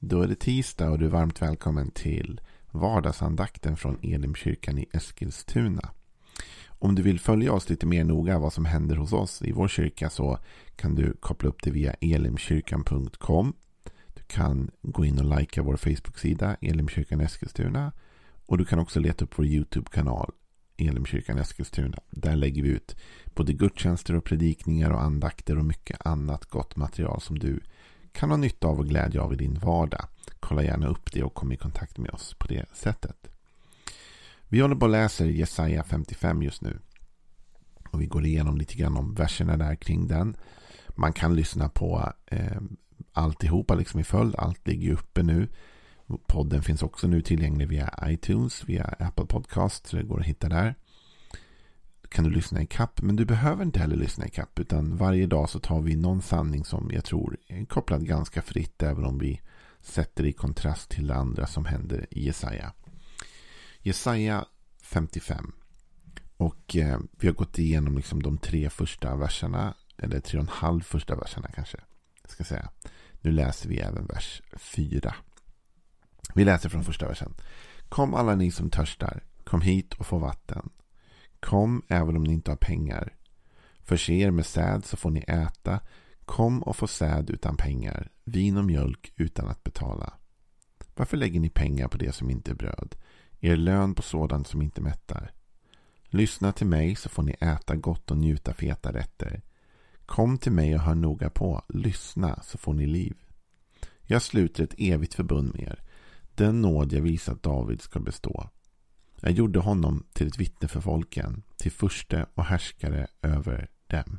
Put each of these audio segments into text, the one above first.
Då är det tisdag och du är varmt välkommen till vardagsandakten från Elimkyrkan i Eskilstuna. Om du vill följa oss lite mer noga vad som händer hos oss i vår kyrka så kan du koppla upp det via elimkyrkan.com. Du kan gå in och likea vår Facebook-sida Elimkyrkan Eskilstuna och du kan också leta upp vår YouTube-kanal Elimkyrkan Eskilstuna. Där lägger vi ut både gudstjänster och predikningar och andakter och mycket annat gott material som du kan ha nytta av och glädje av i din vardag. Kolla gärna upp det och kom i kontakt med oss på det sättet. Vi håller på att läsa Jesaja 55 just nu. Och vi går igenom lite grann om verserna där kring den. Man kan lyssna på alltihopa liksom i följd. Allt ligger uppe nu. Podden finns också nu tillgänglig via iTunes, via Apple Podcast. Så det går att hitta där. Kan du lyssna i kapp, men du behöver inte heller lyssna i kapp, utan varje dag så tar vi någon sanning som jag tror är kopplad ganska fritt, även om vi sätter i kontrast till det andra som händer i Jesaja. Jesaja 55. Och vi har gått igenom liksom de 3 första verserna, eller 3,5 första verserna kanske, ska säga. Nu läser vi även vers 4. Vi läser från första versen. Kom alla ni som törstar, kom hit och få vatten. Kom även om ni inte har pengar. Förse er med säd så får ni äta. Kom och få säd utan pengar. Vin och mjölk utan att betala. Varför lägger ni pengar på det som inte är bröd? Er lön på sådant som inte mättar. Lyssna till mig så får ni äta gott och njuta feta rätter. Kom till mig och hör noga på. Lyssna så får ni liv. Jag sluter ett evigt förbund med er. Den nåd jag visat David ska bestå. Jag gjorde honom till ett vittne för folken, till furste och härskare över dem.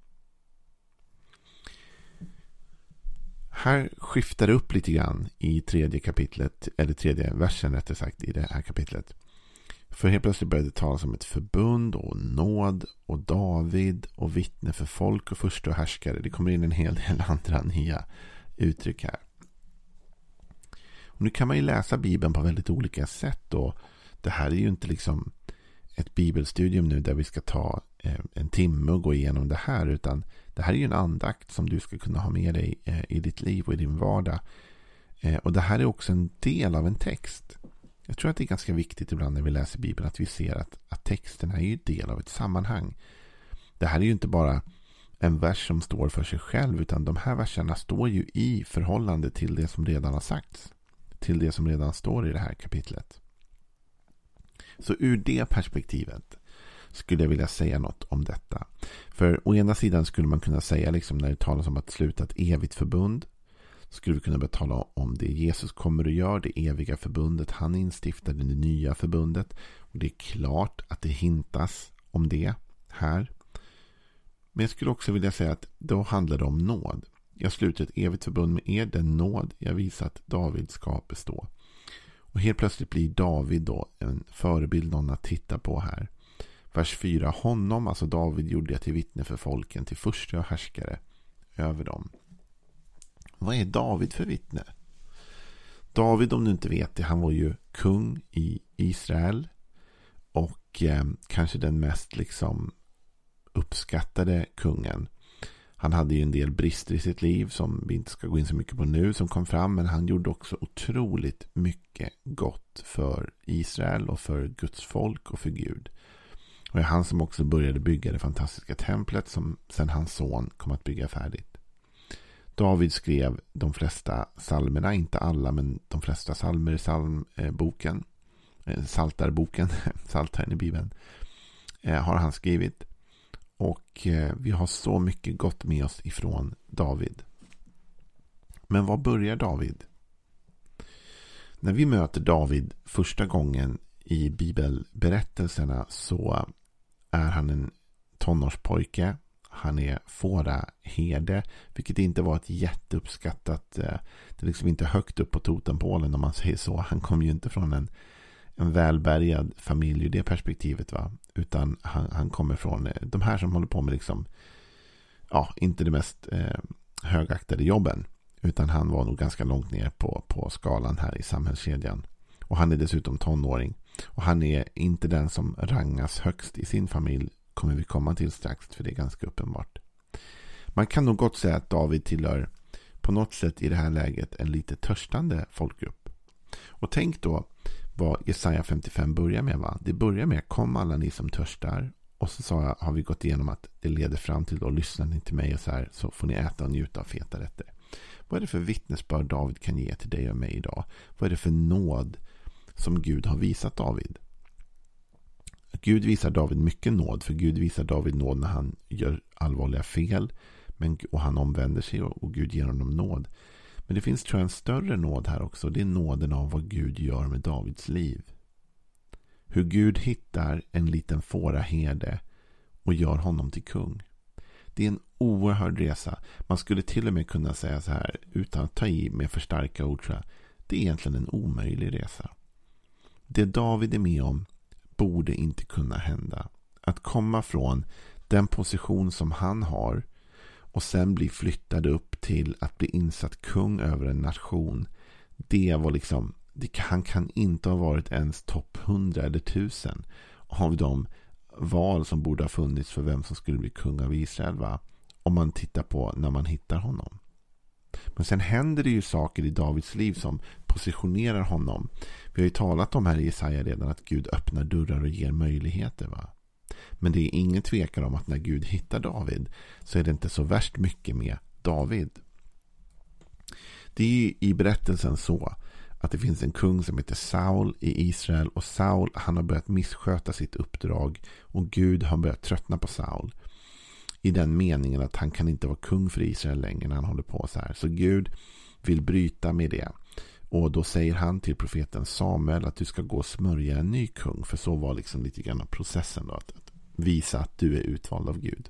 Här skiftar det upp lite grann i 3:e kapitlet, eller 3:e versen rättare sagt i det här kapitlet. För helt plötsligt började det talas om ett förbund och nåd och David och vittne för folk och furste och härskare. Det kommer in en hel del andra nya uttryck här. Och nu kan man ju läsa Bibeln på väldigt olika sätt och det här är ju inte liksom ett bibelstudium nu där vi ska ta en timme och gå igenom det här, utan det här är ju en andakt som du ska kunna ha med dig i ditt liv och i din vardag. Och det här är också en del av en text. Jag tror att det är ganska viktigt ibland när vi läser Bibeln att vi ser att texten är ju del av ett sammanhang. Det här är ju inte bara en vers som står för sig själv, utan de här verserna står ju i förhållande till det som redan har sagts. Till det som redan står i det här kapitlet. Så ur det perspektivet skulle jag vilja säga något om detta. För å ena sidan skulle man kunna säga liksom när det talas om att sluta ett evigt förbund, skulle vi kunna börja tala om det Jesus kommer att göra, det eviga förbundet. Han instiftade det nya förbundet och det är klart att det hintas om det här. Men jag skulle också vilja säga att då handlar det om nåd. Jag slutar ett evigt förbund med er, den nåd jag visat David ska bestå. Och helt plötsligt blir David då en förebild någon att titta på här. Vers 4. Honom, alltså David, gjorde jag till vittne för folken, till furste och härskare över dem. Vad är David för vittne? David, om du inte vet det, han var ju kung i Israel. Och kanske den mest liksom uppskattade kungen. Han hade ju en del brister i sitt liv som vi inte ska gå in så mycket på nu som kom fram. Men han gjorde också otroligt mycket gott för Israel och för Guds folk och för Gud. Och det är han som också började bygga det fantastiska templet som sen hans son kom att bygga färdigt. David skrev de flesta psalmerna, inte alla men de flesta psalmer i psalmboken. Psaltarboken, Psaltaren i Bibeln, har han skrivit. Och vi har så mycket gott med oss ifrån David. Men vad börjar David? När vi möter David första gången i bibelberättelserna så är han en tonårspojke. Han är fåraherde, vilket inte var ett jätteuppskattat, det är liksom inte högt upp på totempålen om man säger så. Han kom ju inte från en välbärgad familj i det perspektivet, va? Utan han kommer från de här som håller på med liksom, ja, inte det mest högaktade jobben, utan han var nog ganska långt ner på skalan här i samhällskedjan. Och han är dessutom tonåring. Och han är inte den som rangas högst i sin familj, kommer vi komma till strax, för det är ganska uppenbart. Man kan nog gott säga att David tillhör på något sätt i det här läget en lite törstande folkgrupp. Och tänk då vad Jesaja 55 börjar med, va? Det börjar med: kom alla ni som törstar. Och så har vi gått igenom att det leder fram till då: lyssnar ni till mig och så får ni äta och njuta av feta rätter. Vad är det för vittnesbörd David kan ge till dig och mig idag? Vad är det för nåd som Gud har visat David? Gud visar David mycket nåd, för Gud visar David nåd när han gör allvarliga fel, och han omvänder sig och Gud ger honom nåd. Men det finns, tror jag, en större nåd här också. Det är nåden av vad Gud gör med Davids liv. Hur Gud hittar en liten fåraherde och gör honom till kung. Det är en oerhörd resa. Man skulle till och med kunna säga så här, utan att ta i med för starka ord, tror jag: det är egentligen en omöjlig resa. Det David är med om borde inte kunna hända. Att komma från den position som han har och sen bli flyttad upp till att bli insatt kung över en nation, det var liksom, han kan inte ha varit ens topp 100 eller 1000 av de val som borde ha funnits för vem som skulle bli kung av Israel, va? Om man tittar på när man hittar honom. Men sen händer det ju saker i Davids liv som positionerar honom. Vi har ju talat om här i Jesaja redan att Gud öppnar dörrar och ger möjligheter, va? Men det är ingen tvekan om att när Gud hittar David så är det inte så värst mycket med David. Det är i berättelsen så att det finns en kung som heter Saul i Israel, och Saul, han har börjat missköta sitt uppdrag och Gud har börjat tröttna på Saul i den meningen att han kan inte vara kung för Israel längre när han håller på så här. Så Gud vill bryta med det. Och då säger han till profeten Samuel att du ska gå och smörja en ny kung, för så var liksom lite grann av processen då, att visa att du är utvald av Gud.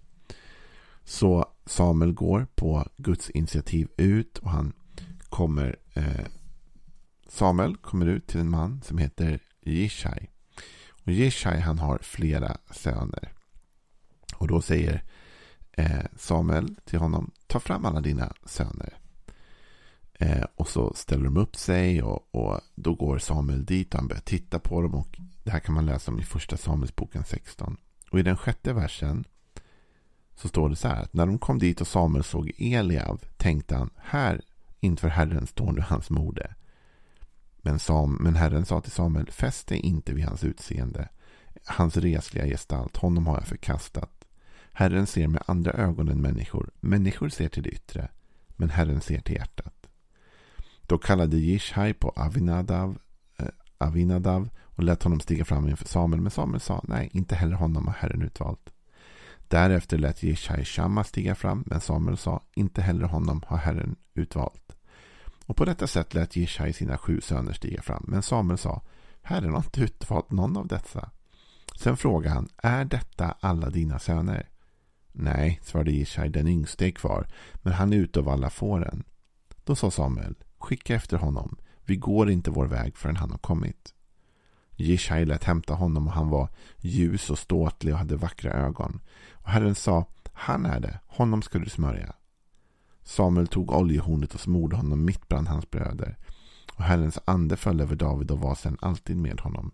Så Samuel går på Guds initiativ ut och Samuel kommer ut till en man som heter Jishai. Och Jishai, han har flera söner. Och då säger Samuel till honom: ta fram alla dina söner. Och så ställer de upp sig och då går Samuel dit och han börjar titta på dem, och det här kan man läsa om i första Samuelsboken 16. Och i den 6:e versen så står det så här: att när de kom dit och Samuel såg Eliab tänkte han: här inför Herren står nu hans mode. Men Herren sa till Samuel: fäst dig inte vid hans utseende, hans resliga gestalt, honom har jag förkastat. Herren ser med andra ögon än människor. Människor ser till det yttre, men Herren ser till hjärtat. Då kallade Jishai på Avinadav och lät honom stiga fram inför Samuel. Men Samuel sa: nej, inte heller honom har Herren utvalt. Därefter lät Jishai Shamma stiga fram, men Samuel sa: inte heller honom har Herren utvalt. Och på detta sätt lät Jishai sina 7 söner stiga fram, men Samuel sa: Herren har inte utvalt någon av dessa. Sen frågade han: är detta alla dina söner? Nej, svarade Jishai, den yngste är kvar, men han är ute av alla fåren. Då sa Samuel: skicka efter honom, vi går inte vår väg förrän han har kommit. Jishai lät hämta honom, och han var ljus och ståtlig och hade vackra ögon. Och Herren sa: han är det, honom ska du smörja. Samuel tog oljehornet och smorde honom mitt bland hans bröder. Och Herrens ande föll över David och var sedan alltid med honom.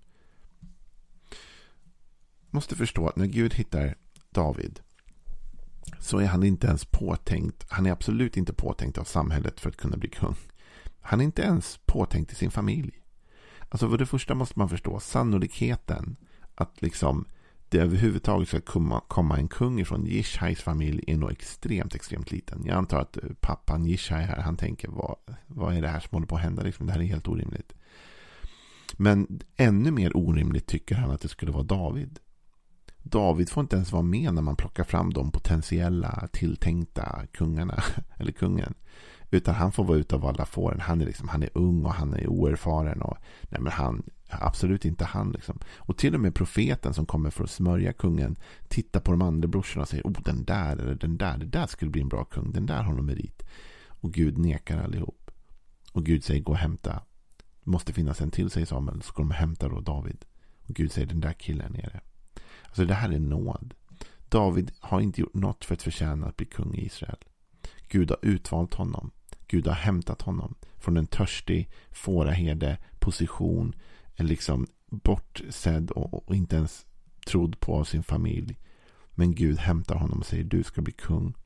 Måste förstå att när Gud hittar David så är han inte ens påtänkt. Han är absolut inte påtänkt av samhället för att kunna bli kung. Han är inte ens påtänkt i sin familj. Alltså för det första måste man förstå sannolikheten att liksom det överhuvudtaget ska komma en kung ifrån Jishais familj är nog extremt liten. Jag antar att pappan Jishai här, han tänker: vad är det här som håller på att hända? Liksom, det här är helt orimligt. Men ännu mer orimligt tycker han att det skulle vara David. David får inte ens vara med när man plockar fram de potentiella tilltänkta kungarna eller kungen, utan han får vara utav alla fåren. Han är ung och han är oerfaren och nej, men han absolut inte han liksom. Och till och med profeten som kommer för att smörja kungen tittar på de andra brorsorna och säger: den där skulle bli en bra kung, den där har de merit. Och Gud nekar allihop. Och Gud säger: gå och hämta. Det måste finnas en till, säger Samuel. Så går de och hämtar då David. Och Gud säger: den där killen är det. Alltså det här är nåd. David har inte gjort något för att förtjäna att bli kung i Israel. Gud har utvalt honom. Gud har hämtat honom från en törstig fåraherde position, liksom bortsedd och inte ens trodd på av sin familj. Men Gud hämtar honom och säger: du ska bli kung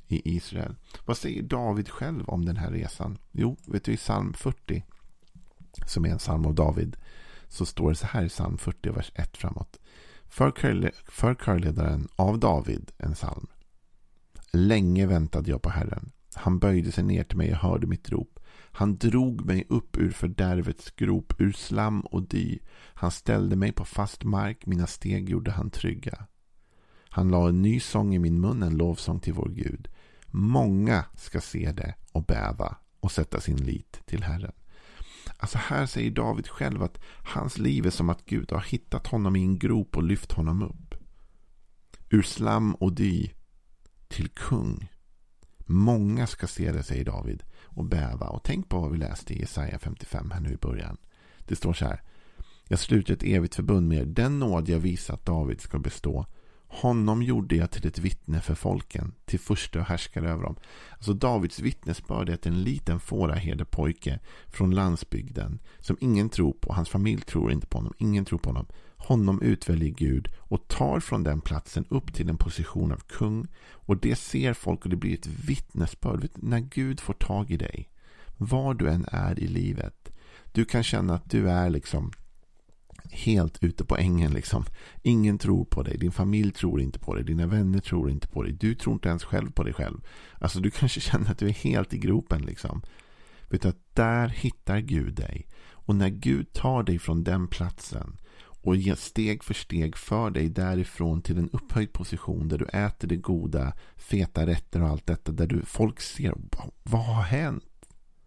i Israel. Vad säger David själv om den här resan? Jo, vet du, i psalm 40, som är en psalm av David, så står det så här i psalm 40, vers 1 framåt. För körledaren av David en psalm. Länge väntade jag på Herren. Han böjde sig ner till mig och hörde mitt rop. Han drog mig upp ur fördärvets grop, ur slam och dy. Han ställde mig på fast mark, mina steg gjorde han trygga. Han la en ny sång i min mun, en lovsång till vår Gud. Många ska se det och bäva och sätta sin lit till Herren. Alltså här säger David själv att hans liv är som att Gud har hittat honom i en grop och lyft honom upp. Ur slam och dy till kung. Många ska se det, säger David, och bäva. Och tänk på vad vi läste i Jesaja 55 här nu i början. Det står så här: jag sluter ett evigt förbund med er. Den nåd jag visat David ska bestå. Honom gjorde jag till ett vittne för folken, till första och härskare över dem. Alltså Davids vittnesbörd är att en liten fåraherdepojke från landsbygden som ingen tror på, hans familj tror inte på honom, ingen tror på honom. Honom utväljer Gud och tar från den platsen upp till en position av kung. Och det ser folk och det blir ett vittnesbörd. När Gud får tag i dig, var du än är i livet, du kan känna att du är liksom helt ute på ängen liksom. Ingen tror på dig, din familj tror inte på dig, dina vänner tror inte på dig, du tror inte ens själv på dig själv. Alltså du kanske känner att du är helt i gropen liksom. Vet du att där hittar Gud dig. Och när Gud tar dig från den platsen och ger steg för steg för dig därifrån till en upphöjd position där du äter det goda, feta rätter och allt detta, där folk ser vad har hänt?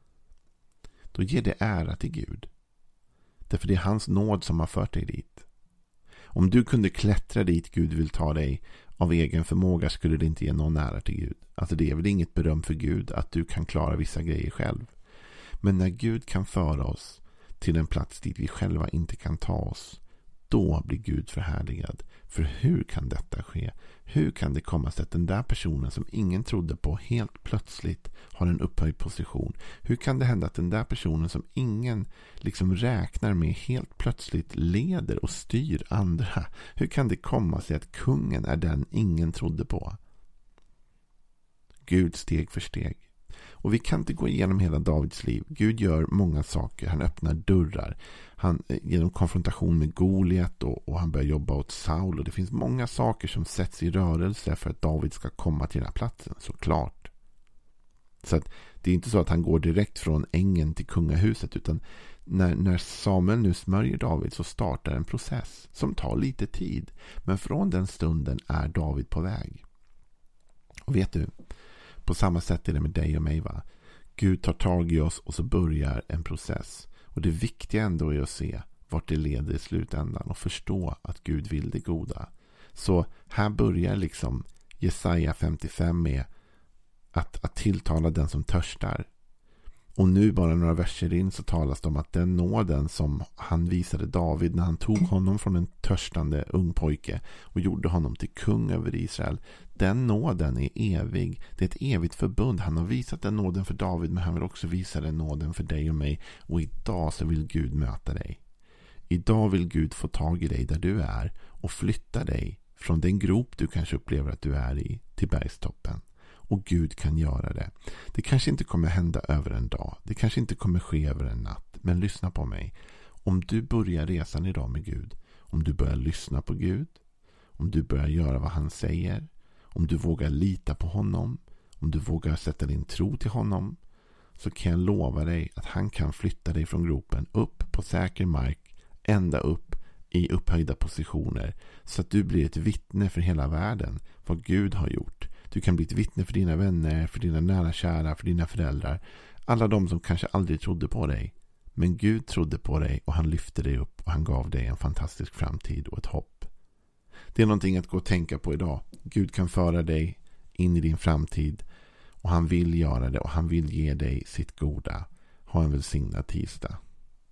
Då ger det ära till Gud. Därför det är hans nåd som har fört dig dit. Om du kunde klättra dit Gud vill ta dig av egen förmåga, skulle det inte ge någon ära till Gud. Alltså det är väl inget beröm för Gud att du kan klara vissa grejer själv. Men när Gud kan föra oss till en plats dit vi själva inte kan ta oss, då blir Gud förhärligad. För hur kan detta ske? Hur kan det komma sig att den där personen som ingen trodde på helt plötsligt har en upphöjd position? Hur kan det hända att den där personen som ingen liksom räknar med helt plötsligt leder och styr andra? Hur kan det komma sig att kungen är den ingen trodde på? Gud steg för steg. Och vi kan inte gå igenom hela Davids liv. Gud gör många saker. Han öppnar dörrar. Han genom konfrontation med Goliat och han börjar jobba åt Saul. Och det finns många saker som sätts i rörelse för att David ska komma till den här platsen, såklart. Så att det är inte så att han går direkt från ängen till kungahuset, utan när Samuel nu smörjer David så startar en process som tar lite tid. Men från den stunden är David på väg. Och vet du, på samma sätt är det med dig och mig, va? Gud tar tag i oss och så börjar en process. Och det viktiga ändå är att se vart det leder i slutändan och förstå att Gud vill det goda. Så här börjar liksom Jesaja 55 med att tilltala den som törstar. Och nu bara några verser in så talas det om att den nåden som han visade David när han tog honom från en törstande ung pojke och gjorde honom till kung över Israel, den nåden är evig. Det är ett evigt förbund. Han har visat den nåden för David, men han vill också visa den nåden för dig och mig. Och idag så vill Gud möta dig. Idag vill Gud få tag i dig där du är och flytta dig från den grop du kanske upplever att du är i till bergstoppen. Och Gud kan göra det. Det kanske inte kommer hända över en dag. Det kanske inte kommer ske över en natt. Men lyssna på mig. Om du börjar resan idag med Gud, om du börjar lyssna på Gud, om du börjar göra vad han säger, om du vågar lita på honom, om du vågar sätta din tro till honom, så kan jag lova dig att han kan flytta dig från gropen upp på säker mark, ända upp i upphöjda positioner, så att du blir ett vittne för hela världen vad Gud har gjort. Du kan bli ett vittne för dina vänner, för dina nära kära, för dina föräldrar. Alla de som kanske aldrig trodde på dig. Men Gud trodde på dig och han lyfte dig upp och han gav dig en fantastisk framtid och ett hopp. Det är någonting att gå och tänka på idag. Gud kan föra dig in i din framtid och han vill göra det och han vill ge dig sitt goda. Ha en välsignad tisdag.